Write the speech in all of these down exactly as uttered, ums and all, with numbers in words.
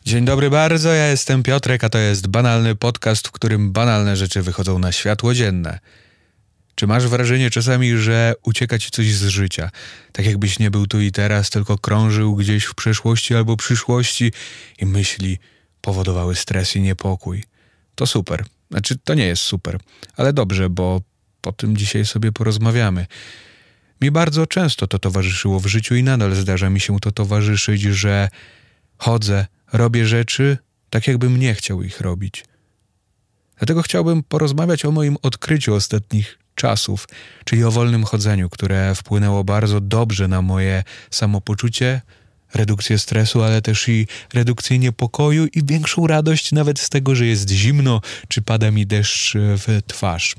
Dzień dobry bardzo, ja jestem Piotrek, a to jest banalny podcast, w którym banalne rzeczy wychodzą na światło dzienne. Czy masz wrażenie czasami, że ucieka ci coś z życia? Tak jakbyś nie był tu i teraz, tylko krążył gdzieś w przeszłości albo przyszłości i myśli powodowały stres i niepokój. To super. Znaczy, to nie jest super, ale dobrze, bo po tym dzisiaj sobie porozmawiamy. Mi bardzo często to towarzyszyło w życiu i nadal zdarza mi się to towarzyszyć, że chodzę, robię rzeczy tak, jakbym nie chciał ich robić. Dlatego chciałbym porozmawiać o moim odkryciu ostatnich czasów, czyli o wolnym chodzeniu, które wpłynęło bardzo dobrze na moje samopoczucie, redukcję stresu, ale też i redukcję niepokoju i większą radość nawet z tego, że jest zimno, czy pada mi deszcz w twarz.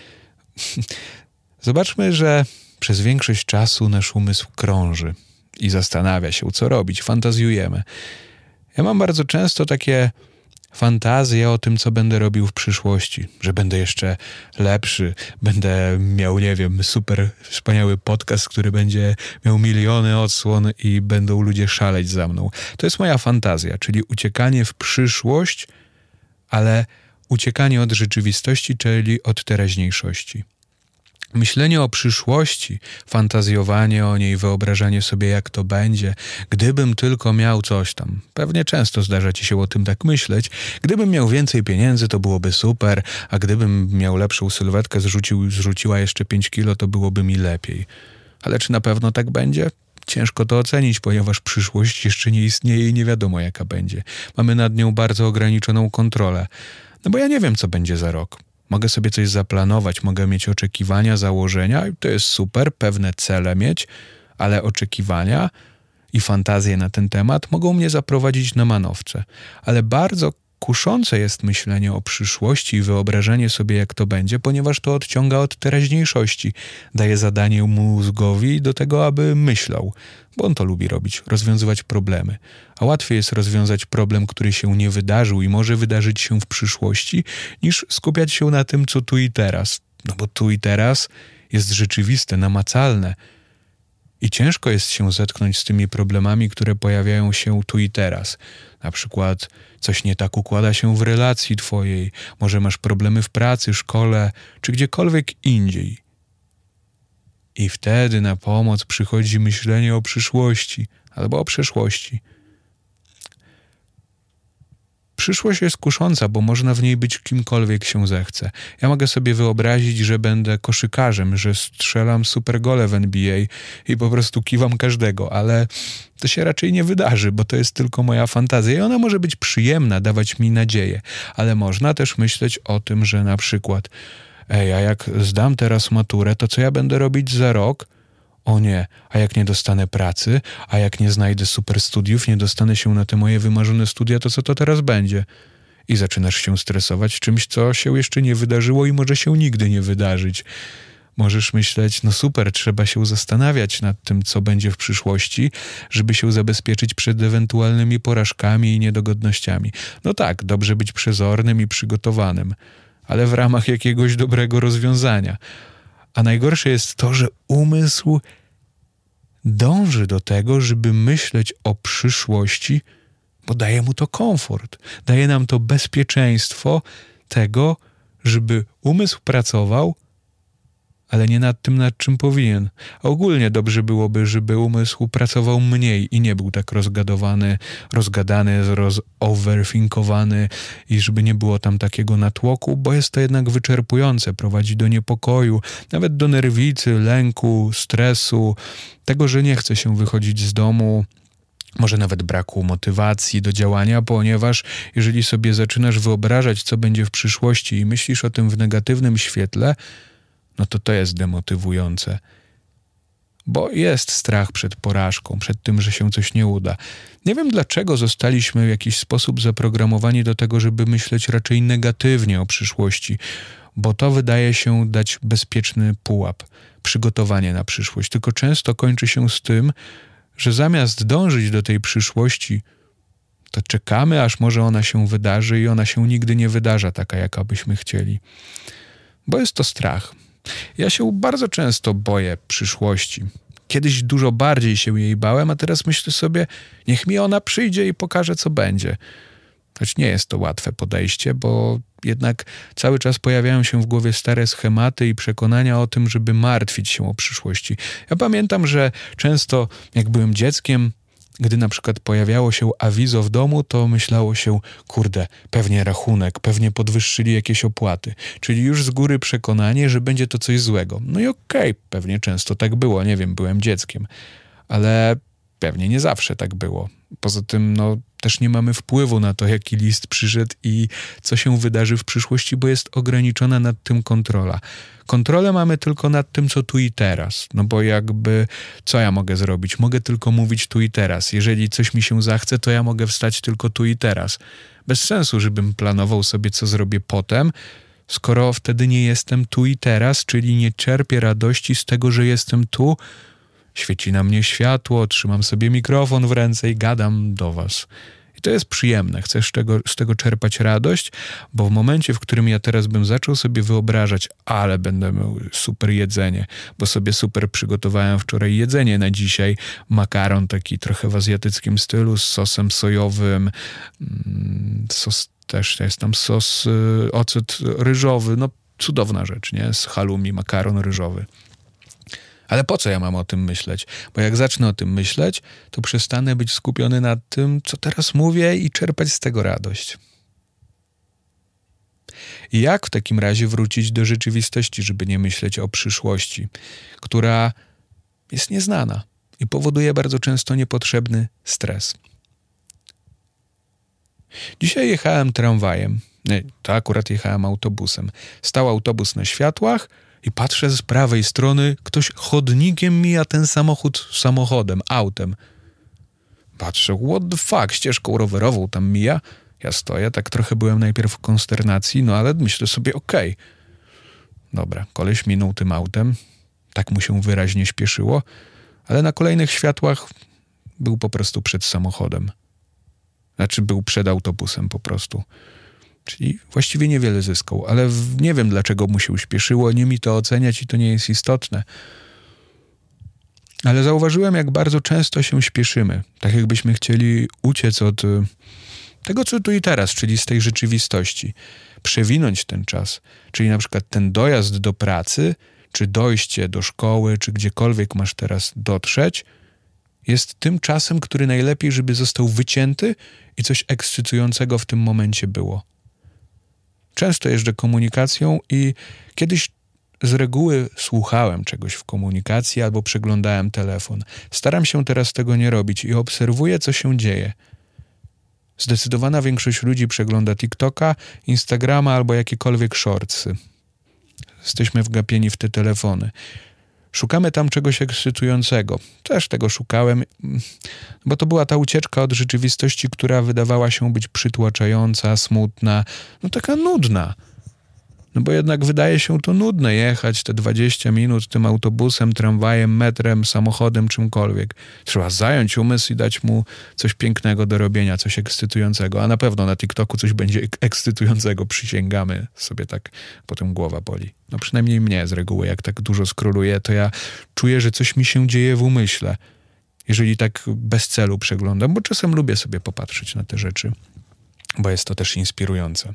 Zobaczmy, że przez większość czasu nasz umysł krąży i zastanawia się, co robić, fantazjujemy. Ja mam bardzo często takie fantazje o tym, co będę robił w przyszłości, że będę jeszcze lepszy, będę miał, nie wiem, super wspaniały podcast, który będzie miał miliony odsłon i będą ludzie szaleć za mną. To jest moja fantazja, czyli uciekanie w przyszłość, ale uciekanie od rzeczywistości, czyli od teraźniejszości. Myślenie o przyszłości, fantazjowanie o niej, wyobrażanie sobie, jak to będzie, gdybym tylko miał coś tam. Pewnie często zdarza ci się o tym tak myśleć. Gdybym miał więcej pieniędzy, to byłoby super, a gdybym miał lepszą sylwetkę, zrzucił, zrzuciła jeszcze pięć kilo, to byłoby mi lepiej. Ale czy na pewno tak będzie? Ciężko to ocenić, ponieważ przyszłość jeszcze nie istnieje i nie wiadomo, jaka będzie. Mamy nad nią bardzo ograniczoną kontrolę. No bo ja nie wiem, co będzie za rok. Mogę sobie coś zaplanować, mogę mieć oczekiwania, założenia i to jest super, pewne cele mieć, ale oczekiwania i fantazje na ten temat mogą mnie zaprowadzić na manowce. Ale bardzo kuszące jest myślenie o przyszłości i wyobrażenie sobie, jak to będzie, ponieważ to odciąga od teraźniejszości. Daje zadanie mózgowi do tego, aby myślał, bo on to lubi robić, rozwiązywać problemy. A łatwiej jest rozwiązać problem, który się nie wydarzył i może wydarzyć się w przyszłości, niż skupiać się na tym, co tu i teraz. No bo tu i teraz jest rzeczywiste, namacalne. I ciężko jest się zetknąć z tymi problemami, które pojawiają się tu i teraz. Na przykład coś nie tak układa się w relacji twojej, może masz problemy w pracy, szkole, czy gdziekolwiek indziej. I wtedy na pomoc przychodzi myślenie o przyszłości albo o przeszłości. Przyszłość jest kusząca, bo można w niej być kimkolwiek się zechce. Ja mogę sobie wyobrazić, że będę koszykarzem, że strzelam super gole w N B A i po prostu kiwam każdego, ale to się raczej nie wydarzy, bo to jest tylko moja fantazja i ona może być przyjemna, dawać mi nadzieję, ale można też myśleć o tym, że na przykład ej, a jak zdam teraz maturę, to co ja będę robić za rok? O nie, a jak nie dostanę pracy, a jak nie znajdę super studiów, nie dostanę się na te moje wymarzone studia, to co to teraz będzie? I zaczynasz się stresować czymś, co się jeszcze nie wydarzyło i może się nigdy nie wydarzyć. Możesz myśleć, no super, trzeba się zastanawiać nad tym, co będzie w przyszłości, żeby się zabezpieczyć przed ewentualnymi porażkami i niedogodnościami. No tak, dobrze być przezornym i przygotowanym, ale w ramach jakiegoś dobrego rozwiązania. A najgorsze jest to, że umysł dąży do tego, żeby myśleć o przyszłości, bo daje mu to komfort. Daje nam to bezpieczeństwo tego, żeby umysł pracował, ale nie nad tym, nad czym powinien. A ogólnie dobrze byłoby, żeby umysł pracował mniej i nie był tak rozgadowany, rozgadany, rozoverthinkowany i żeby nie było tam takiego natłoku, bo jest to jednak wyczerpujące, prowadzi do niepokoju, nawet do nerwicy, lęku, stresu, tego, że nie chce się wychodzić z domu, może nawet braku motywacji do działania, ponieważ jeżeli sobie zaczynasz wyobrażać, co będzie w przyszłości i myślisz o tym w negatywnym świetle, no to to jest demotywujące. Bo jest strach przed porażką, przed tym, że się coś nie uda. Nie wiem, dlaczego zostaliśmy w jakiś sposób zaprogramowani do tego, żeby myśleć raczej negatywnie o przyszłości, bo to wydaje się dać bezpieczny pułap, przygotowanie na przyszłość. Tylko często kończy się z tym, że zamiast dążyć do tej przyszłości, to czekamy, aż może ona się wydarzy i ona się nigdy nie wydarza taka, jaka byśmy chcieli. Bo jest to strach. Ja się bardzo często boję przyszłości. Kiedyś dużo bardziej się jej bałem, a teraz myślę sobie, niech mi ona przyjdzie i pokaże, co będzie. Choć nie jest to łatwe podejście, bo jednak cały czas pojawiają się w głowie stare schematy i przekonania o tym, żeby martwić się o przyszłości. Ja pamiętam, że często jak byłem dzieckiem, gdy na przykład pojawiało się awizo w domu, to myślało się, kurde, pewnie rachunek, pewnie podwyższyli jakieś opłaty. Czyli już z góry przekonanie, że będzie to coś złego. No i okej, okay, pewnie często tak było, nie wiem, byłem dzieckiem. Ale pewnie nie zawsze tak było. Poza tym, no, też nie mamy wpływu na to, jaki list przyszedł i co się wydarzy w przyszłości, bo jest ograniczona nad tym kontrola. Kontrolę mamy tylko nad tym, co tu i teraz. No bo jakby, co ja mogę zrobić? Mogę tylko mówić tu i teraz. Jeżeli coś mi się zachce, to ja mogę wstać tylko tu i teraz. Bez sensu, żebym planował sobie, co zrobię potem, skoro wtedy nie jestem tu i teraz, czyli nie czerpię radości z tego, że jestem tu. Świeci na mnie światło, trzymam sobie mikrofon w ręce i gadam do was. I to jest przyjemne. Chcę z tego, z tego czerpać radość, bo w momencie, w którym ja teraz bym zaczął sobie wyobrażać, ale będę miał super jedzenie, bo sobie super przygotowałem wczoraj jedzenie na dzisiaj, makaron taki trochę w azjatyckim stylu z sosem sojowym, sos też jest tam sos, ocet ryżowy, no cudowna rzecz, nie? Z halloumi makaron ryżowy. Ale po co ja mam o tym myśleć? Bo jak zacznę o tym myśleć, to przestanę być skupiony nad tym, co teraz mówię i czerpać z tego radość. I jak w takim razie wrócić do rzeczywistości, żeby nie myśleć o przyszłości, która jest nieznana i powoduje bardzo często niepotrzebny stres? Dzisiaj jechałem tramwajem. Nie, to akurat jechałem autobusem. Stał autobus na światłach, i patrzę z prawej strony, ktoś chodnikiem mija ten samochód samochodem, autem. Patrzę, what the fuck, ścieżką rowerową tam mija. Ja stoję, tak trochę byłem najpierw w konsternacji, no ale myślę sobie, okej. Okay. Dobra, koleś minął tym autem, tak mu się wyraźnie śpieszyło, ale na kolejnych światłach był po prostu przed samochodem. Znaczy był przed autobusem po prostu. Czyli właściwie niewiele zyskał, ale nie wiem, dlaczego mu się uśpieszyło, nie mi to oceniać i to nie jest istotne. Ale zauważyłem, jak bardzo często się śpieszymy, tak jakbyśmy chcieli uciec od tego, co tu i teraz, czyli z tej rzeczywistości. Przewinąć ten czas, czyli na przykład ten dojazd do pracy, czy dojście do szkoły, czy gdziekolwiek masz teraz dotrzeć, jest tym czasem, który najlepiej, żeby został wycięty i coś ekscytującego w tym momencie było. Często jeżdżę komunikacją i kiedyś z reguły słuchałem czegoś w komunikacji albo przeglądałem telefon. Staram się teraz tego nie robić i obserwuję, co się dzieje. Zdecydowana większość ludzi przegląda TikToka, Instagrama albo jakiekolwiek shortsy. Jesteśmy wgapieni w te telefony. Szukamy tam czegoś ekscytującego. Też tego szukałem, bo to była ta ucieczka od rzeczywistości, która wydawała się być przytłaczająca, smutna, no taka nudna. No bo jednak wydaje się to nudne jechać te dwadzieścia minut tym autobusem, tramwajem, metrem, samochodem, czymkolwiek. Trzeba zająć umysł i dać mu coś pięknego do robienia, coś ekscytującego. A na pewno na TikToku coś będzie ek- ekscytującego, przysięgamy. Sobie tak potem głowa boli. No przynajmniej mnie z reguły, jak tak dużo scrolluję, to ja czuję, że coś mi się dzieje w umyśle. Jeżeli tak bez celu przeglądam, bo czasem lubię sobie popatrzeć na te rzeczy, bo jest to też inspirujące.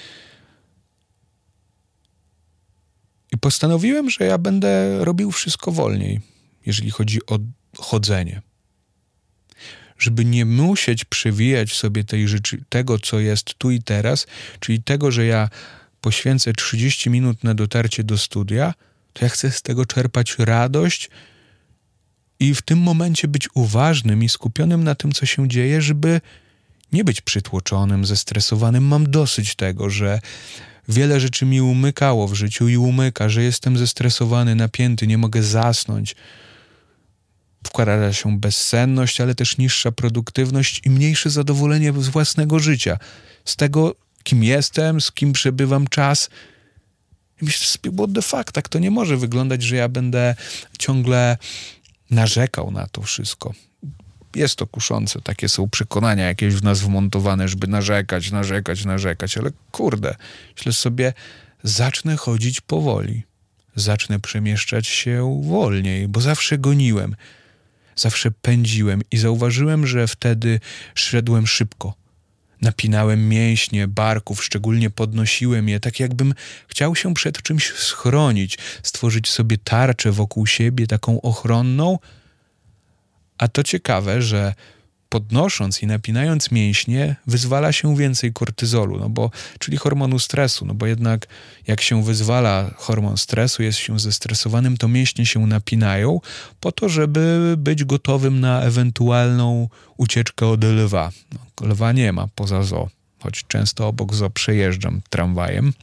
I postanowiłem, że ja będę robił wszystko wolniej, jeżeli chodzi o chodzenie. Żeby nie musieć przewijać sobie tej rzeczy, tego, co jest tu i teraz, czyli tego, że ja poświęcę trzydzieści minut na dotarcie do studia, to ja chcę z tego czerpać radość i w tym momencie być uważnym i skupionym na tym, co się dzieje, żeby nie być przytłoczonym, zestresowanym. Mam dosyć tego, że wiele rzeczy mi umykało w życiu i umyka, że jestem zestresowany, napięty, nie mogę zasnąć. Wkłada się bezsenność, ale też niższa produktywność i mniejsze zadowolenie z własnego życia. Z tego, kim jestem, z kim przebywam czas. I myślę sobie, what the fuck, tak to nie może wyglądać, że ja będę ciągle narzekał na to wszystko. Jest to kuszące, takie są przekonania jakieś w nas wmontowane, żeby narzekać, narzekać, narzekać, ale kurde, myślę sobie, zacznę chodzić powoli. zacznę przemieszczać się wolniej, bo zawsze goniłem, zawsze pędziłem i zauważyłem, że wtedy szedłem szybko. Napinałem mięśnie barków, szczególnie podnosiłem je, tak jakbym chciał się przed czymś schronić, stworzyć sobie tarczę wokół siebie, taką ochronną. A to ciekawe, że podnosząc i napinając mięśnie, wyzwala się więcej kortyzolu, no bo, czyli hormonu stresu, no bo jednak jak się wyzwala hormon stresu, jest się zestresowanym, to mięśnie się napinają po to, żeby być gotowym na ewentualną ucieczkę od lwa. No, lwa nie ma poza zoo, choć często obok zoo przejeżdżam tramwajem.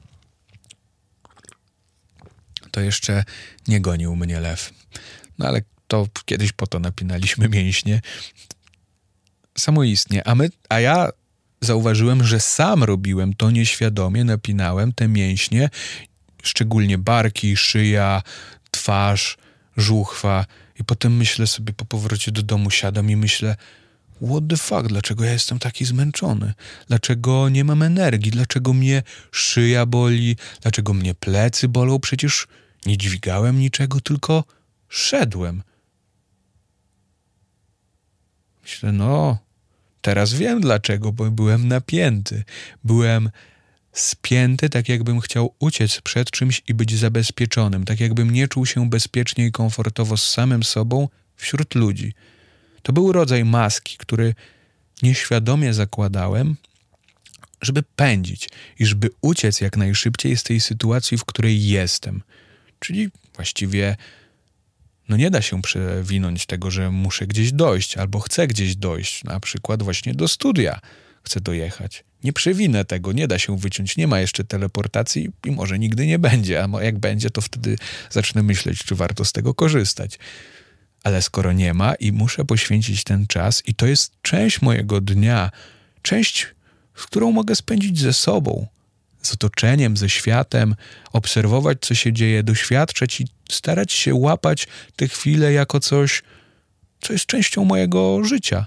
To jeszcze nie gonił mnie lew. No ale to kiedyś po to napinaliśmy mięśnie. Samoistnie, a, my, a ja zauważyłem, że sam robiłem to nieświadomie, napinałem te mięśnie, szczególnie barki, szyja, twarz, żuchwa i potem myślę sobie po powrocie do domu, siadam i myślę, what the fuck, dlaczego ja jestem taki zmęczony? Dlaczego nie mam energii? Dlaczego mnie szyja boli? Dlaczego mnie plecy bolą? Przecież nie dźwigałem niczego, tylko szedłem. Myślę, no, teraz wiem dlaczego, bo byłem napięty. Byłem spięty, tak jakbym chciał uciec przed czymś i być zabezpieczonym. Tak jakbym nie czuł się bezpiecznie i komfortowo z samym sobą wśród ludzi. To był rodzaj maski, który nieświadomie zakładałem, żeby pędzić i żeby uciec jak najszybciej z tej sytuacji, w której jestem. Czyli właściwie no nie da się przewinąć tego, że muszę gdzieś dojść albo chcę gdzieś dojść, na przykład właśnie do studia chcę dojechać. Nie przewinę tego, nie da się wyciąć, nie ma jeszcze teleportacji i może nigdy nie będzie, a jak będzie, to wtedy zacznę myśleć, czy warto z tego korzystać. Ale skoro nie ma i muszę poświęcić ten czas i to jest część mojego dnia, część, z którą mogę spędzić ze sobą, z otoczeniem, ze światem, obserwować, co się dzieje, doświadczać i starać się łapać te chwile jako coś, co jest częścią mojego życia.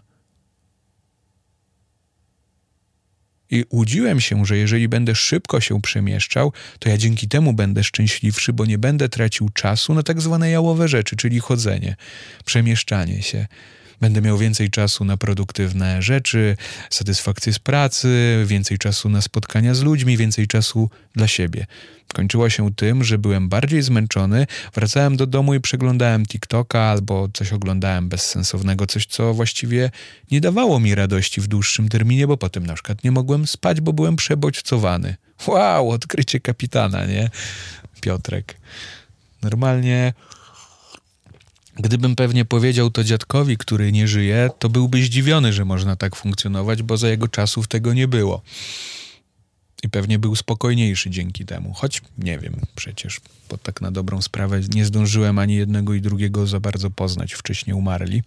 I łudziłem się, że jeżeli będę szybko się przemieszczał, to ja dzięki temu będę szczęśliwszy, bo nie będę tracił czasu na tak zwane jałowe rzeczy, czyli chodzenie, przemieszczanie się. Będę miał więcej czasu na produktywne rzeczy, satysfakcję z pracy, więcej czasu na spotkania z ludźmi, więcej czasu dla siebie. Kończyło się tym, że byłem bardziej zmęczony, wracałem do domu i przeglądałem TikToka albo coś oglądałem bezsensownego, coś, co właściwie nie dawało mi radości w dłuższym terminie, bo potem na przykład nie mogłem spać, bo byłem przebodźcowany. Wow, odkrycie kapitana, nie? Piotrek. Normalnie... Gdybym pewnie powiedział to dziadkowi, który nie żyje, to byłby zdziwiony, że można tak funkcjonować, bo za jego czasów tego nie było. I pewnie był spokojniejszy dzięki temu. Choć nie wiem przecież, bo tak na dobrą sprawę nie zdążyłem ani jednego i drugiego za bardzo poznać. Wcześniej umarli.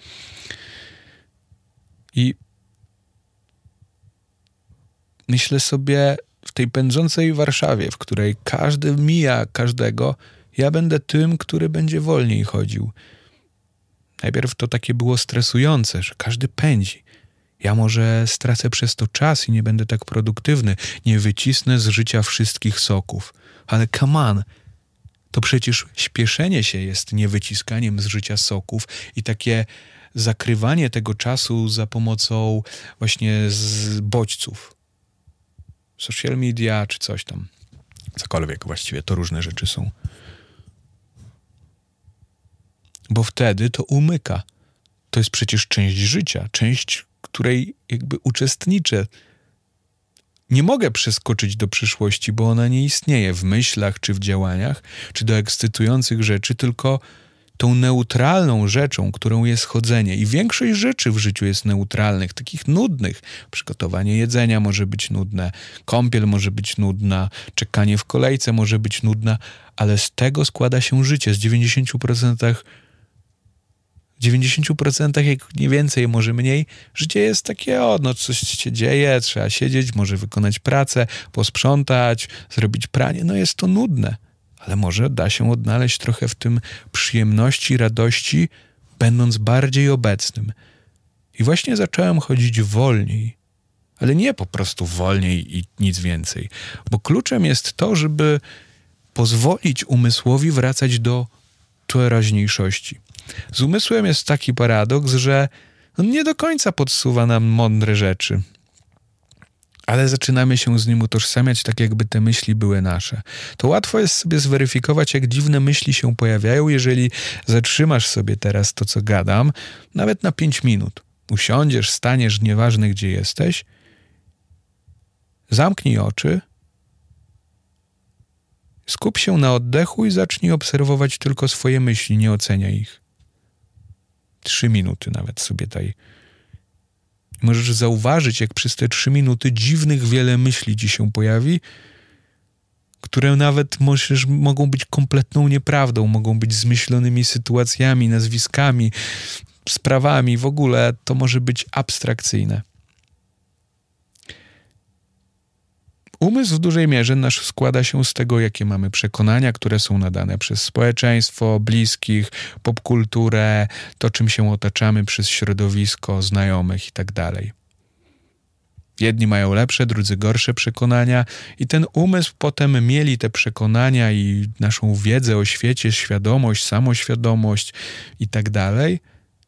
I myślę sobie, w tej pędzącej Warszawie, w której każdy mija każdego, ja będę tym, który będzie wolniej chodził. Najpierw to takie było stresujące, że każdy pędzi. Ja może stracę przez to czas i nie będę tak produktywny, nie wycisnę z życia wszystkich soków. Ale come on, to przecież śpieszenie się jest niewyciskaniem z życia soków i takie zakrywanie tego czasu za pomocą właśnie z bodźców. Social media czy coś tam. Cokolwiek właściwie, to różne rzeczy są. Bo wtedy to umyka. To jest przecież część życia, część, której jakby uczestniczę. Nie mogę przeskoczyć do przyszłości, bo ona nie istnieje w myślach, czy w działaniach, czy do ekscytujących rzeczy, tylko tą neutralną rzeczą, którą jest chodzenie. I większość rzeczy w życiu jest neutralnych, takich nudnych. Przygotowanie jedzenia może być nudne, kąpiel może być nudna, czekanie w kolejce może być nudna, ale z tego składa się życie. Z dziewięćdziesiąt procent W dziewięćdziesięciu procentach, jak nie więcej, może mniej, życie jest takie, o, no coś się dzieje, trzeba siedzieć, może wykonać pracę, posprzątać, zrobić pranie. No jest to nudne, ale może da się odnaleźć trochę w tym przyjemności, radości, będąc bardziej obecnym. I właśnie zacząłem chodzić wolniej, ale nie po prostu wolniej i nic więcej, bo kluczem jest to, żeby pozwolić umysłowi wracać do teraźniejszości. Z umysłem jest taki paradoks, że on nie do końca podsuwa nam mądre rzeczy, ale zaczynamy się z nim utożsamiać, tak jakby te myśli były nasze. To łatwo jest sobie zweryfikować, jak dziwne myśli się pojawiają, jeżeli zatrzymasz sobie teraz to, co gadam, nawet na pięć minut. Usiądziesz, staniesz, nieważne gdzie jesteś, zamknij oczy, skup się na oddechu i zacznij obserwować tylko swoje myśli, nie oceniaj ich. Trzy minuty nawet sobie daj. Możesz zauważyć, jak przez te trzy minuty dziwnych wiele myśli ci się pojawi, które nawet możesz, mogą być kompletną nieprawdą, mogą być zmyślonymi sytuacjami, nazwiskami, sprawami, w ogóle to może być abstrakcyjne. Umysł w dużej mierze nasz składa się z tego, jakie mamy przekonania, które są nadane przez społeczeństwo, bliskich, popkulturę, to czym się otaczamy, przez środowisko, znajomych i tak dalej. Jedni mają lepsze, drudzy gorsze przekonania i ten umysł potem mieli te przekonania i naszą wiedzę o świecie, świadomość, samoświadomość i tak dalej,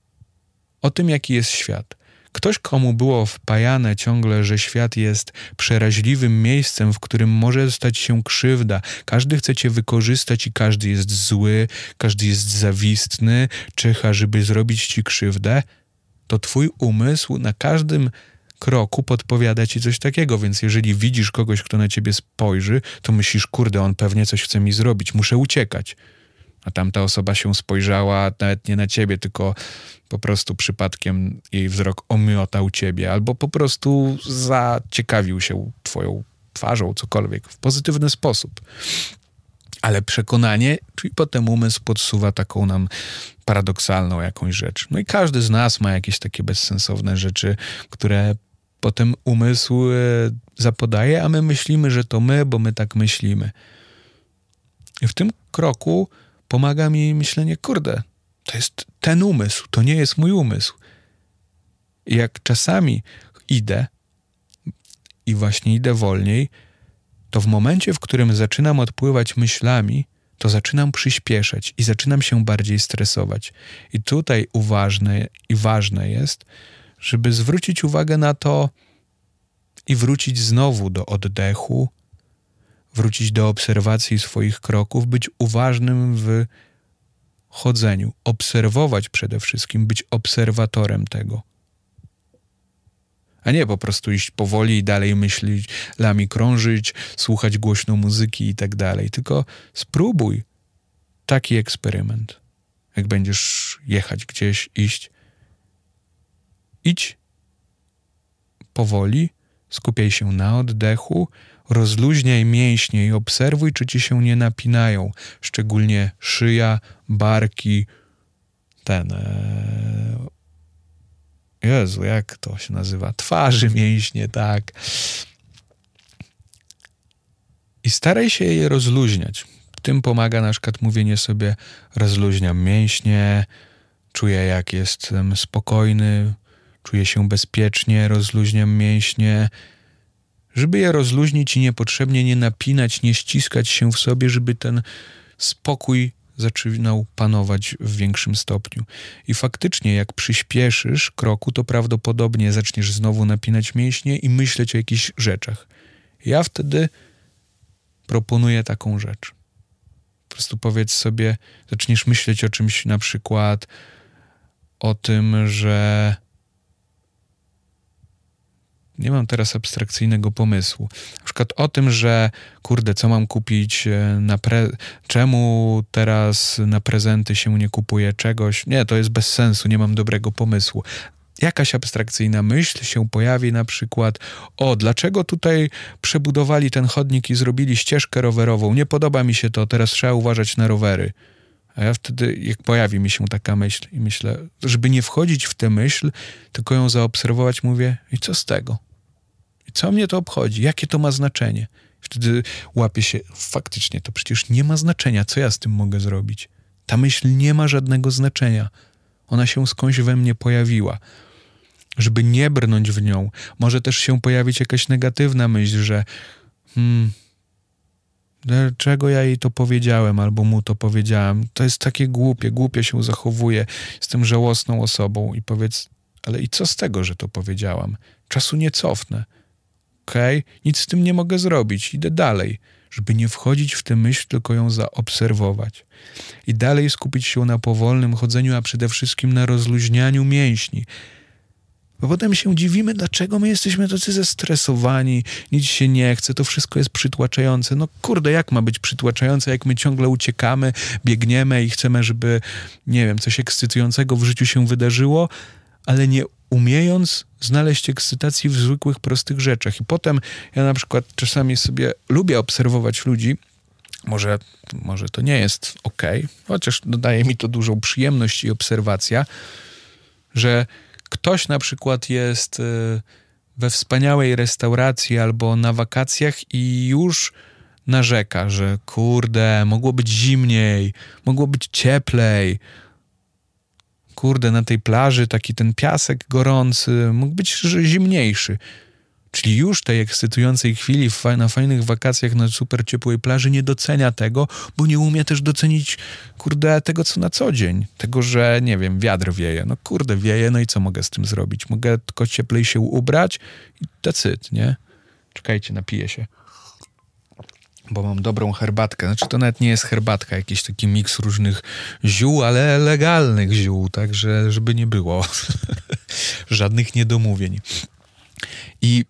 o tym, jaki jest świat. Ktoś, komu było wpajane ciągle, że świat jest przeraźliwym miejscem, w którym może stać się krzywda, każdy chce cię wykorzystać i każdy jest zły, każdy jest zawistny, czyha, żeby zrobić ci krzywdę, to twój umysł na każdym kroku podpowiada ci coś takiego, więc jeżeli widzisz kogoś, kto na ciebie spojrzy, to myślisz, kurde, on pewnie coś chce mi zrobić, muszę uciekać. A tamta osoba się spojrzała nawet nie na ciebie, tylko po prostu przypadkiem jej wzrok omiotał ciebie, albo po prostu zaciekawił się twoją twarzą, cokolwiek, w pozytywny sposób. Ale przekonanie, czyli potem umysł podsuwa taką nam paradoksalną jakąś rzecz. No i każdy z nas ma jakieś takie bezsensowne rzeczy, które potem umysł zapodaje, a my myślimy, że to my, bo my tak myślimy. I w tym kroku pomaga mi myślenie, kurde, to jest ten umysł, to nie jest mój umysł. I jak czasami idę i właśnie idę wolniej, to w momencie, w którym zaczynam odpływać myślami, to zaczynam przyspieszać i zaczynam się bardziej stresować. I tutaj uważne i ważne jest, żeby zwrócić uwagę na to i wrócić znowu do oddechu, wrócić do obserwacji swoich kroków, być uważnym w chodzeniu, obserwować przede wszystkim, być obserwatorem tego. A nie po prostu iść powoli i dalej myślami krążyć, słuchać głośno muzyki i tak dalej. Tylko spróbuj taki eksperyment. Jak będziesz jechać gdzieś, iść, idź powoli, skupiaj się na oddechu, rozluźniaj mięśnie i obserwuj, czy ci się nie napinają. Szczególnie szyja, barki, ten... Ee... Jezu, jak to się nazywa? Twarzy, mięśnie, tak. I staraj się je rozluźniać. W tym pomaga na przykład mówienie sobie, rozluźniam mięśnie, czuję, jak jestem spokojny, czuję się bezpiecznie, rozluźniam mięśnie. Żeby je rozluźnić i niepotrzebnie nie napinać, nie ściskać się w sobie, żeby ten spokój zaczynał panować w większym stopniu. I faktycznie, jak przyspieszysz kroku, to prawdopodobnie zaczniesz znowu napinać mięśnie i myśleć o jakichś rzeczach. Ja wtedy proponuję taką rzecz. Po prostu powiedz sobie, zaczniesz myśleć o czymś, na przykład o tym, że nie mam teraz abstrakcyjnego pomysłu. Na przykład o tym, że kurde, co mam kupić na pre... czemu teraz na prezenty się nie kupuje czegoś? Nie, to jest bez sensu, nie mam dobrego pomysłu. Jakaś abstrakcyjna myśl się pojawi, na przykład o, dlaczego tutaj przebudowali ten chodnik i zrobili ścieżkę rowerową? Nie podoba mi się to, teraz trzeba uważać na rowery. A ja wtedy, jak pojawi mi się taka myśl i myślę, żeby nie wchodzić w tę myśl, tylko ją zaobserwować, mówię, i co z tego? I co mnie to obchodzi? Jakie to ma znaczenie? Wtedy łapię się, faktycznie to przecież nie ma znaczenia, co ja z tym mogę zrobić. Ta myśl nie ma żadnego znaczenia. Ona się skądś we mnie pojawiła. Żeby nie brnąć w nią, może też się pojawić jakaś negatywna myśl, że hmm, Dlaczego ja jej to powiedziałem albo mu to powiedziałem? To jest takie głupie, głupio się zachowuję. Jestem żałosną osobą i powiedz, ale i co z tego, że to powiedziałam? Czasu nie cofnę. Okej? Okay? Nic z tym nie mogę zrobić. Idę dalej, żeby nie wchodzić w tę myśl, tylko ją zaobserwować. I dalej skupić się na powolnym chodzeniu, a przede wszystkim na rozluźnianiu mięśni. Bo potem się dziwimy, dlaczego my jesteśmy tacy zestresowani, nic się nie chce, to wszystko jest przytłaczające. No kurde, jak ma być przytłaczające, jak my ciągle uciekamy, biegniemy i chcemy, żeby, nie wiem, coś ekscytującego w życiu się wydarzyło, ale nie umiejąc znaleźć ekscytacji w zwykłych, prostych rzeczach. I potem ja na przykład czasami sobie lubię obserwować ludzi, może, może to nie jest okej, okay, chociaż dodaje mi to dużą przyjemność i obserwacja, że ktoś na przykład jest we wspaniałej restauracji albo na wakacjach i już narzeka, że kurde, mogło być zimniej, mogło być cieplej. Kurde, na tej plaży taki ten piasek gorący, mógł być zimniejszy. Czyli już tej ekscytującej chwili na fajnych wakacjach na super ciepłej plaży nie docenia tego, bo nie umie też docenić, kurde, tego, co na co dzień. Tego, że, nie wiem, wiatr wieje. No kurde, wieje, no i co mogę z tym zrobić? Mogę tylko cieplej się ubrać i that's it, nie? Czekajcie, napiję się. Bo mam dobrą herbatkę. Znaczy to nawet nie jest herbatka, jakiś taki miks różnych ziół, ale legalnych ziół, także żeby nie było żadnych niedomówień. I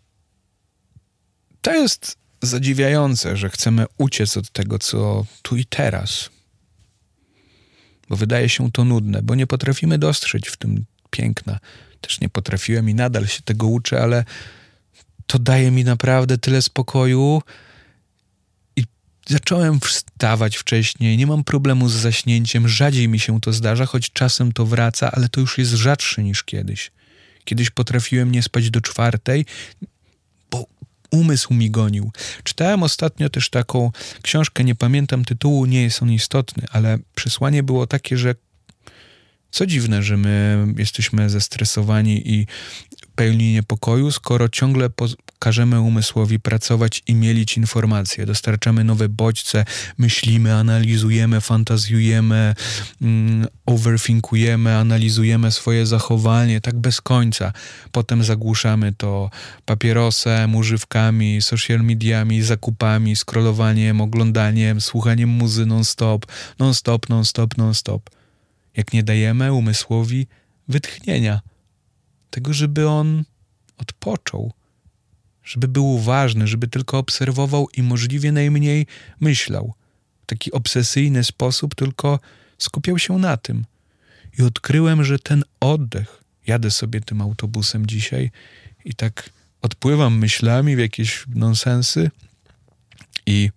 to jest zadziwiające, że chcemy uciec od tego, co tu i teraz. Bo wydaje się to nudne, bo nie potrafimy dostrzec w tym piękna. Też nie potrafiłem i nadal się tego uczę, ale to daje mi naprawdę tyle spokoju. I zacząłem wstawać wcześniej, nie mam problemu z zaśnięciem, rzadziej mi się to zdarza, choć czasem to wraca, ale to już jest rzadsze niż kiedyś. Kiedyś potrafiłem nie spać do czwartej, bo umysł mi gonił. Czytałem ostatnio też taką książkę, nie pamiętam tytułu, nie jest on istotny, ale przesłanie było takie, że co dziwne, że my jesteśmy zestresowani i pełni niepokoju, skoro ciągle każemy umysłowi pracować i mielić informacje. Dostarczamy nowe bodźce, myślimy, analizujemy, fantazjujemy, mm, overthinkujemy, analizujemy swoje zachowanie, tak bez końca. Potem zagłuszamy to papierosem, używkami, social mediami, zakupami, scrollowaniem, oglądaniem, słuchaniem muzy non-stop, non-stop, non-stop, non-stop. Jak nie dajemy umysłowi wytchnienia, tego, żeby on odpoczął, żeby był uważny, żeby tylko obserwował i możliwie najmniej myślał. W taki obsesyjny sposób tylko skupiał się na tym. I odkryłem, że ten oddech, jadę sobie tym autobusem dzisiaj i tak odpływam myślami w jakieś nonsensy i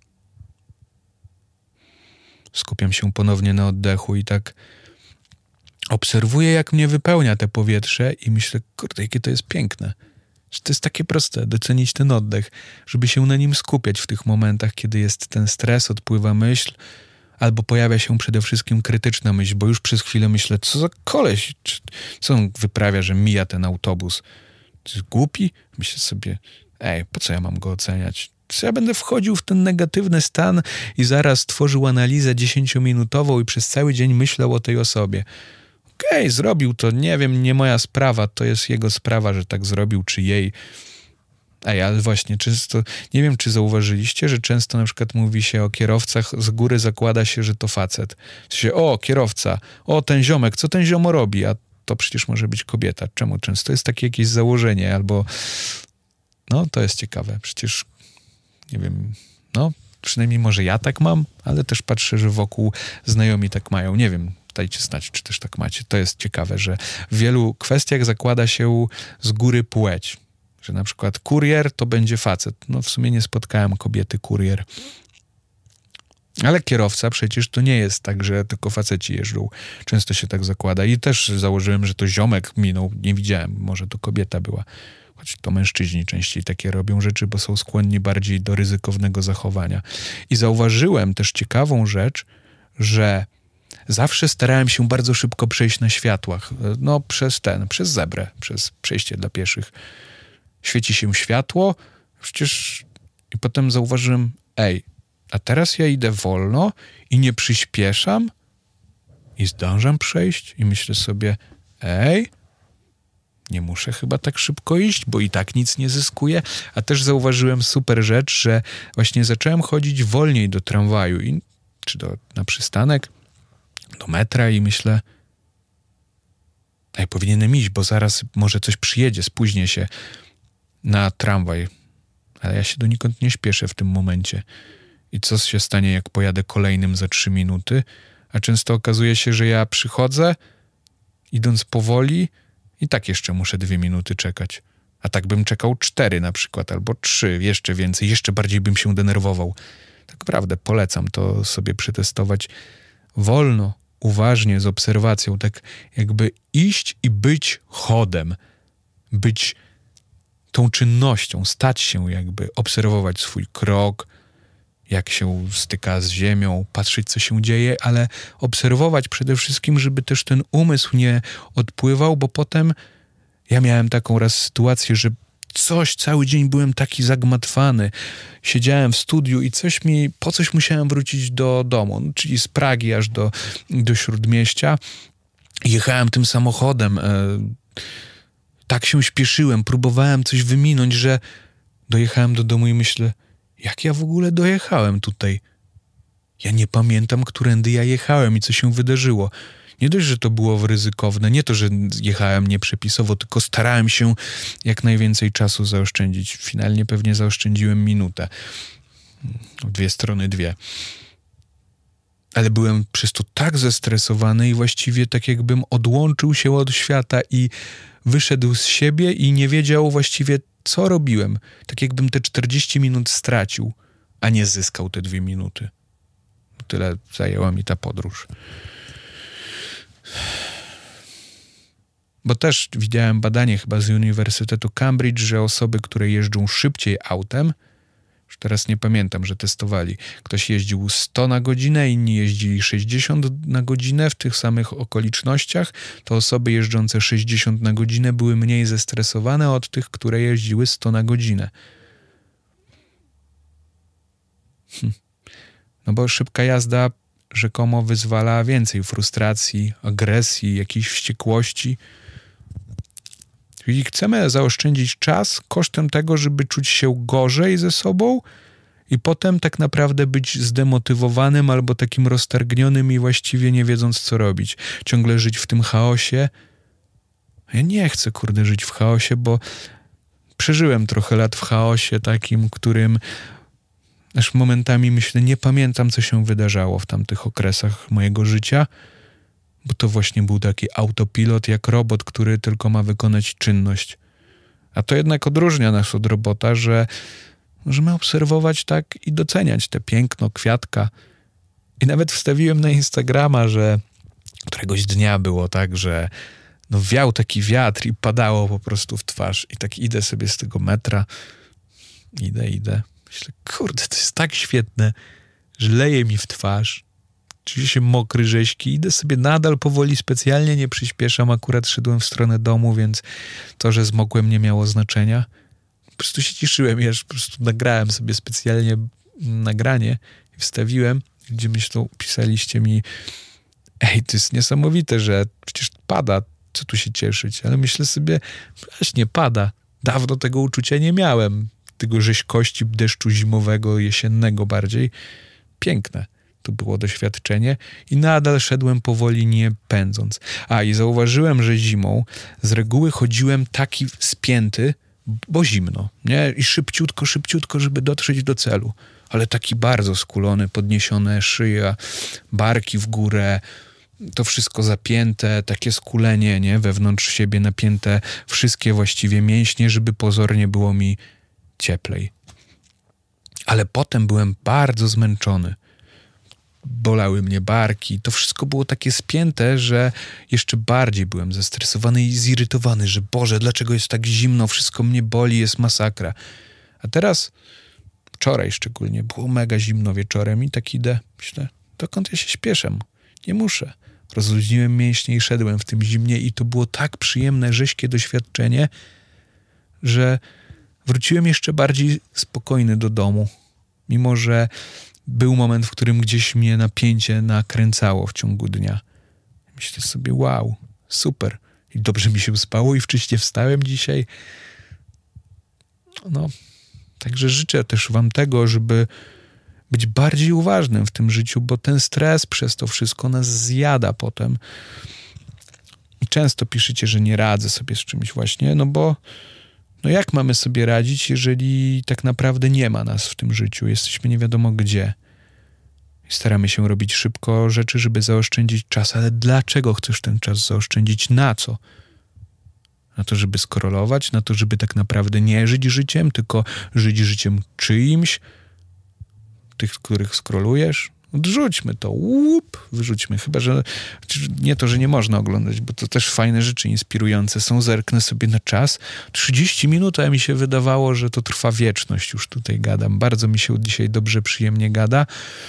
skupiam się ponownie na oddechu i tak obserwuję, jak mnie wypełnia te powietrze i myślę, kurde, jakie to jest piękne. Że to jest takie proste, docenić ten oddech, żeby się na nim skupiać w tych momentach, kiedy jest ten stres, odpływa myśl, albo pojawia się przede wszystkim krytyczna myśl, bo już przez chwilę myślę, co za koleś, co on wyprawia, że mija ten autobus. To jest głupi? Myślę sobie, ej, po co ja mam go oceniać? Co ja będę wchodził w ten negatywny stan i zaraz tworzył analizę dziesięciominutową i przez cały dzień myślał o tej osobie. Okej, okay, zrobił to, nie wiem, nie moja sprawa, to jest jego sprawa, że tak zrobił, czy jej. Ej, ale właśnie, często, nie wiem, czy zauważyliście, że często na przykład mówi się o kierowcach, z góry zakłada się, że to facet. W sensie, o, kierowca, o, ten ziomek, co ten ziomo robi? A to przecież może być kobieta. Czemu? Często jest takie jakieś założenie, albo no, to jest ciekawe, przecież nie wiem, no, przynajmniej może ja tak mam, ale też patrzę, że wokół znajomi tak mają, nie wiem, dajcie znać, czy też tak macie. To jest ciekawe, że w wielu kwestiach zakłada się z góry płeć. Że na przykład kurier to będzie facet. No w sumie nie spotkałem kobiety kurier. Ale kierowca przecież to nie jest tak, że tylko faceci jeżdżą. Często się tak zakłada. I też założyłem, że to ziomek minął. Nie widziałem. Może to kobieta była. Choć to mężczyźni częściej takie robią rzeczy, bo są skłonni bardziej do ryzykownego zachowania. I zauważyłem też ciekawą rzecz, że zawsze starałem się bardzo szybko przejść na światłach. No przez ten, przez zebrę, przez przejście dla pieszych. Świeci się światło, przecież i potem zauważyłem, ej, A teraz ja idę wolno i nie przyspieszam i zdążam przejść i myślę sobie, ej, nie muszę chyba tak szybko iść, bo i tak nic nie zyskuję. A też zauważyłem super rzecz, że właśnie zacząłem chodzić wolniej do tramwaju, i, czy do, na przystanek, do metra i myślę, ej, powinienem iść, bo zaraz może coś przyjedzie, spóźnię się na tramwaj. Ale ja się donikąd nie śpieszę w tym momencie. I co się stanie, jak pojadę kolejnym za trzy minuty? A często okazuje się, że ja przychodzę, idąc powoli, i tak jeszcze muszę dwie minuty czekać. A tak bym czekał cztery na przykład, albo trzy, jeszcze więcej, jeszcze bardziej bym się denerwował. Tak naprawdę polecam to sobie przetestować wolno, uważnie, z obserwacją, tak jakby iść i być chodem, być tą czynnością, stać się jakby, obserwować swój krok, jak się styka z ziemią, patrzeć, co się dzieje, ale obserwować przede wszystkim, żeby też ten umysł nie odpływał, bo potem ja miałem taką raz sytuację, że coś, cały dzień byłem taki zagmatwany. Siedziałem w studiu i coś mi, po coś musiałem wrócić do domu, no, czyli z Pragi aż do, do Śródmieścia. Jechałem tym samochodem, e, tak się śpieszyłem, próbowałem coś wyminąć, że dojechałem do domu i myślę, jak ja w ogóle dojechałem tutaj? Ja nie pamiętam, którędy ja jechałem i co się wydarzyło. Nie dość, że to było ryzykowne, nie to, że jechałem nieprzepisowo, tylko starałem się jak najwięcej czasu zaoszczędzić. Finalnie pewnie zaoszczędziłem minutę. Dwie strony dwie. Ale byłem przez to tak zestresowany i właściwie tak jakbym odłączył się od świata i wyszedł z siebie i nie wiedział właściwie, co robiłem. Tak jakbym te czterdzieści minut stracił, a nie zyskał te dwie minuty. Tyle zajęła mi ta podróż. Bo też widziałem badanie chyba z Uniwersytetu Cambridge, że osoby, które jeżdżą szybciej autem, już teraz nie pamiętam, że testowali, ktoś jeździł sto na godzinę, inni jeździli sześćdziesiąt na godzinę w tych samych okolicznościach, to osoby jeżdżące sześćdziesiąt na godzinę były mniej zestresowane od tych, które jeździły sto na godzinę. Hm. No bo szybka jazda rzekomo wyzwala więcej frustracji, agresji, jakiejś wściekłości. Czyli chcemy zaoszczędzić czas kosztem tego, żeby czuć się gorzej ze sobą i potem tak naprawdę być zdemotywowanym albo takim roztargnionym i właściwie nie wiedząc, co robić. Ciągle żyć w tym chaosie. Ja nie chcę, kurde, żyć w chaosie, bo przeżyłem trochę lat w chaosie takim, którym aż momentami myślę, nie pamiętam, co się wydarzało w tamtych okresach mojego życia, bo to właśnie był taki autopilot jak robot, który tylko ma wykonać czynność. A to jednak odróżnia nas od robota, że możemy obserwować tak i doceniać te piękno kwiatka. I nawet wstawiłem na Instagrama, że któregoś dnia było tak, że no wiał taki wiatr i padało po prostu w twarz. I tak idę sobie z tego metra, idę, idę. Myślę, kurde, to jest tak świetne, że leje mi w twarz. Czuję się mokry, rzeźki. Idę sobie nadal powoli, specjalnie nie przyspieszam. Akurat szedłem w stronę domu, więc to, że zmokłem, nie miało znaczenia. Po prostu się cieszyłem. Ja po prostu nagrałem sobie specjalnie nagranie i wstawiłem, gdzie myślą, pisaliście mi, ej, to jest niesamowite, że przecież pada, co tu się cieszyć. Ale myślę sobie, właśnie pada. Dawno tego uczucia nie miałem. Tego rzeźkości deszczu zimowego, jesiennego bardziej. Piękne to było doświadczenie i nadal szedłem powoli, nie pędząc. A i zauważyłem, że zimą z reguły chodziłem taki spięty, bo zimno, nie? I szybciutko, szybciutko, żeby dotrzeć do celu. Ale taki bardzo skulony, podniesione szyja, barki w górę, to wszystko zapięte, takie skulenie, nie? Wewnątrz siebie napięte wszystkie właściwie mięśnie, żeby pozornie było mi cieplej. Ale potem byłem bardzo zmęczony. Bolały mnie barki. To wszystko było takie spięte, że jeszcze bardziej byłem zestresowany i zirytowany, że Boże, dlaczego jest tak zimno, wszystko mnie boli, jest masakra. A teraz, wczoraj szczególnie, było mega zimno wieczorem i tak idę, myślę, dokąd ja się śpieszę? Nie muszę. Rozluźniłem mięśnie i szedłem w tym zimnie i to było tak przyjemne, rześkie doświadczenie, że wróciłem jeszcze bardziej spokojny do domu. Mimo że był moment, w którym gdzieś mnie napięcie nakręcało w ciągu dnia. Myślę sobie, wow, super. I dobrze mi się spało i wcześniej wstałem dzisiaj. No, także życzę też wam tego, żeby być bardziej uważnym w tym życiu, bo ten stres przez to wszystko nas zjada potem. I często piszecie, że nie radzę sobie z czymś właśnie, no bo no jak mamy sobie radzić, jeżeli tak naprawdę nie ma nas w tym życiu? Jesteśmy nie wiadomo gdzie. Staramy się robić szybko rzeczy, żeby zaoszczędzić czas, ale dlaczego chcesz ten czas zaoszczędzić? Na co? Na to, żeby skrolować? Na to, żeby tak naprawdę nie żyć życiem, tylko żyć życiem czyimś? Tych, których skrolujesz? Odrzućmy to, łup, wyrzućmy. Chyba, że nie to, że nie można oglądać, bo to też fajne rzeczy inspirujące są. Zerknę sobie na czas. trzydzieści minut, a mi się wydawało, że to trwa wieczność. Już tutaj gadam. Bardzo mi się dzisiaj dobrze, przyjemnie gada.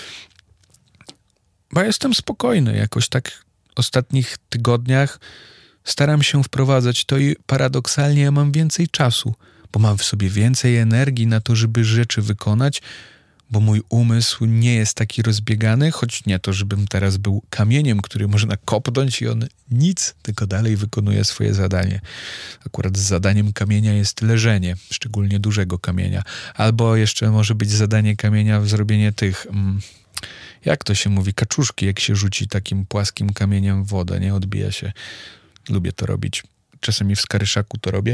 Bo jestem spokojny. Jakoś tak w ostatnich tygodniach staram się wprowadzać to i paradoksalnie ja mam więcej czasu, bo mam w sobie więcej energii na to, żeby rzeczy wykonać, bo mój umysł nie jest taki rozbiegany, choć nie to, żebym teraz był kamieniem, który można kopnąć i on nic, tylko dalej wykonuje swoje zadanie. Akurat z zadaniem kamienia jest leżenie, szczególnie dużego kamienia. Albo jeszcze może być zadanie kamienia w zrobienie tych, mm, jak to się mówi, kaczuszki, jak się rzuci takim płaskim kamieniem w wodę, nie odbija się. Lubię to robić. Czasami w Skaryszaku to robię.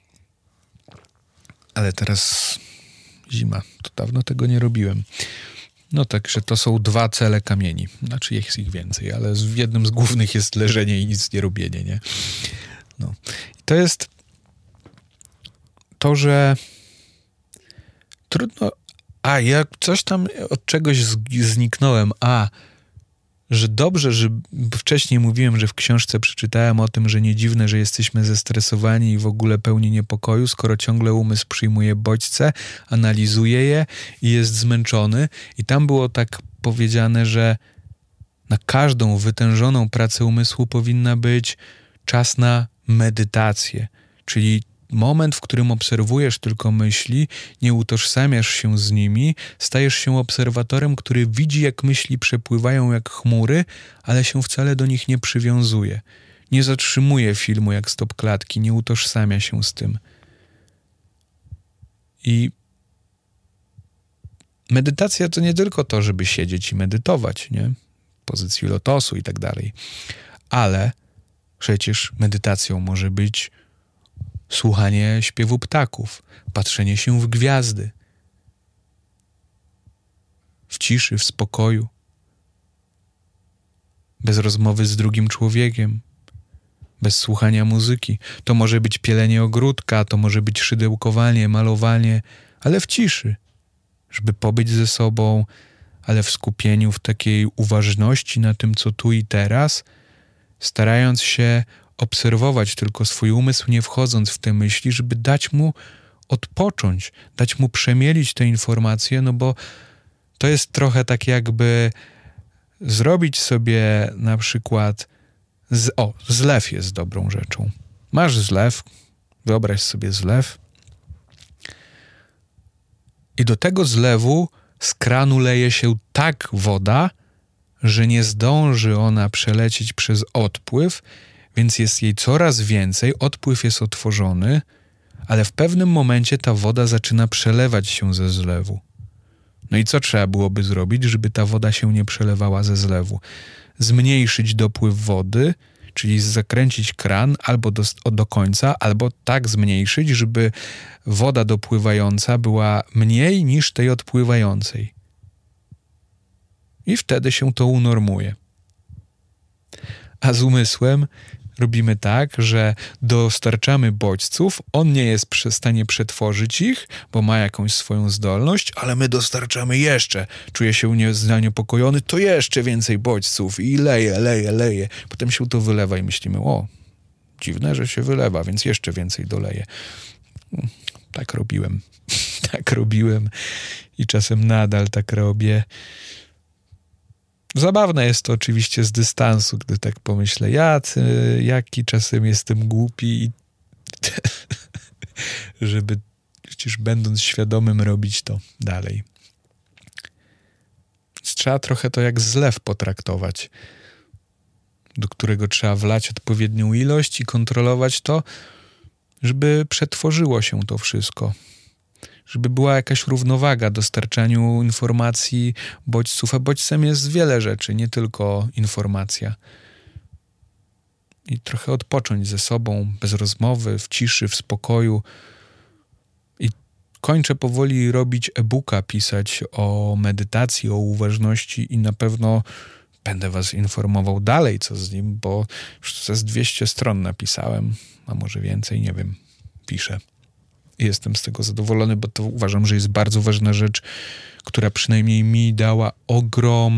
Ale teraz zima. To dawno tego nie robiłem. No także to są dwa cele kamieni. Znaczy jest ich więcej, ale w jednym z głównych jest leżenie i nic nie robienie, nie? No. I to jest to, że trudno... A, ja coś tam od czegoś zniknąłem. A, że dobrze, że wcześniej mówiłem, że w książce przeczytałem o tym, że nie dziwne, że jesteśmy zestresowani i w ogóle pełni niepokoju, skoro ciągle umysł przyjmuje bodźce, analizuje je i jest zmęczony. I tam było tak powiedziane, że na każdą wytężoną pracę umysłu powinna być czas na medytację, czyli moment, w którym obserwujesz tylko myśli, nie utożsamiasz się z nimi, stajesz się obserwatorem, który widzi, jak myśli przepływają jak chmury, ale się wcale do nich nie przywiązuje. Nie zatrzymuje filmu jak stopklatki, nie utożsamia się z tym. I medytacja to nie tylko to, żeby siedzieć i medytować, nie? W pozycji lotosu i tak dalej. Ale przecież medytacją może być słuchanie śpiewu ptaków, patrzenie się w gwiazdy, w ciszy, w spokoju, bez rozmowy z drugim człowiekiem, bez słuchania muzyki. To może być pielenie ogródka, to może być szydełkowanie, malowanie, ale w ciszy, żeby pobyć ze sobą, ale w skupieniu, w takiej uważności na tym, co tu i teraz, starając się obserwować tylko swój umysł, nie wchodząc w te myśli, żeby dać mu odpocząć, dać mu przemielić te informacje, no bo to jest trochę tak jakby zrobić sobie na przykład z, o, zlew jest dobrą rzeczą. Masz zlew, wyobraź sobie zlew i do tego zlewu z kranu leje się tak woda, że nie zdąży ona przelecieć przez odpływ, więc jest jej coraz więcej, odpływ jest otworzony, ale w pewnym momencie ta woda zaczyna przelewać się ze zlewu. No i co trzeba byłoby zrobić, żeby ta woda się nie przelewała ze zlewu? Zmniejszyć dopływ wody, czyli zakręcić kran albo do, do końca, albo tak zmniejszyć, żeby woda dopływająca była mniej niż tej odpływającej. I wtedy się to unormuje. A z umysłem robimy tak, że dostarczamy bodźców, on nie jest w stanie przetworzyć ich, bo ma jakąś swoją zdolność, ale my dostarczamy jeszcze. Czuje się nie, zaniepokojony, to jeszcze więcej bodźców i leje, leje, leje. Potem się to wylewa i myślimy, o, dziwne, że się wylewa, więc jeszcze więcej doleje. Tak robiłem. tak robiłem i czasem nadal tak robię. Zabawne jest to oczywiście z dystansu, gdy tak pomyślę, ja, jaki czasem jestem głupi, żeby przecież będąc świadomym robić to dalej. trzeba trochę to jak zlew potraktować, do którego trzeba wlać odpowiednią ilość i kontrolować to, żeby przetworzyło się to wszystko. Żeby była jakaś równowaga w dostarczaniu informacji, bodźców, a bodźcem jest wiele rzeczy, nie tylko informacja. I trochę odpocząć ze sobą, bez rozmowy, w ciszy, w spokoju. I kończę powoli robić e-booka, pisać o medytacji, o uważności i na pewno będę was informował dalej, co z nim, bo już ze dwieście stron napisałem, a może więcej, nie wiem, piszę. I jestem z tego zadowolony, bo to uważam, że jest bardzo ważna rzecz, która przynajmniej mi dała ogrom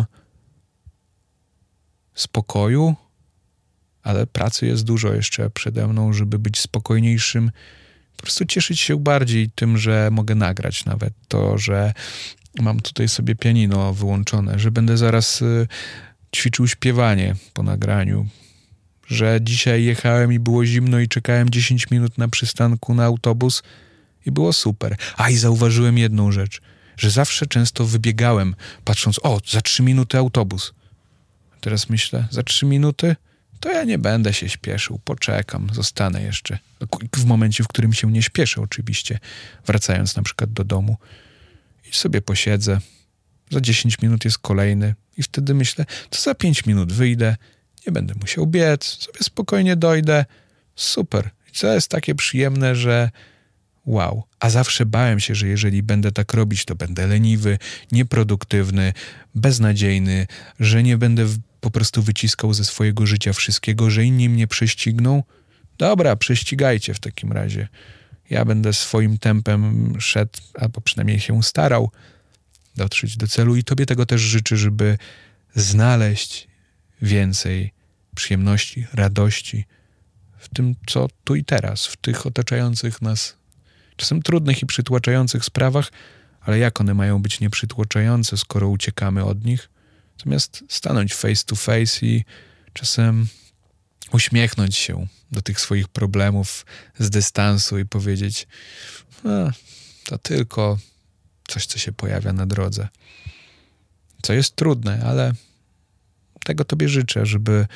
spokoju, ale pracy jest dużo jeszcze przede mną, żeby być spokojniejszym, po prostu cieszyć się bardziej tym, że mogę nagrać nawet to, że mam tutaj sobie pianino wyłączone, że będę zaraz y, ćwiczył śpiewanie po nagraniu, że dzisiaj jechałem i było zimno i czekałem dziesięć minut na przystanku na autobus i było super. A i zauważyłem jedną rzecz, że zawsze często wybiegałem, patrząc, o, za trzy minuty autobus. A teraz myślę, za trzy minuty? To ja nie będę się śpieszył, poczekam, zostanę jeszcze. W momencie, w którym się nie śpieszę oczywiście, wracając na przykład do domu. I sobie posiedzę. Za dziesięć minut jest kolejny. I wtedy myślę, to za pięć minut wyjdę, nie będę musiał biec, sobie spokojnie dojdę. Super. I to jest takie przyjemne, że wow. A zawsze bałem się, że jeżeli będę tak robić, to będę leniwy, nieproduktywny, beznadziejny, że nie będę w po prostu wyciskał ze swojego życia wszystkiego, że inni mnie prześcigną. Dobra, prześcigajcie w takim razie. Ja będę swoim tempem szedł, albo przynajmniej się starał dotrzeć do celu i tobie tego też życzę, żeby znaleźć więcej przyjemności, radości w tym, co tu i teraz, w tych otaczających nas czasem trudnych i przytłaczających sprawach, ale jak one mają być nieprzytłaczające, skoro uciekamy od nich? Zamiast stanąć face to face i czasem uśmiechnąć się do tych swoich problemów z dystansu i powiedzieć, no, to tylko coś, co się pojawia na drodze. Co jest trudne, ale tego tobie życzę, żeby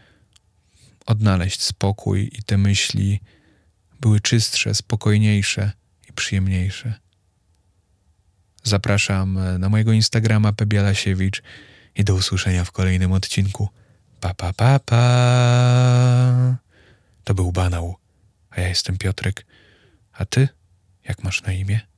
odnaleźć spokój i te myśli były czystsze, spokojniejsze i przyjemniejsze. Zapraszam na mojego Instagrama P. Bialasiewicz i do usłyszenia w kolejnym odcinku. Pa, pa, pa, pa. To był Banał, a ja jestem Piotrek. A ty? Jak masz na imię?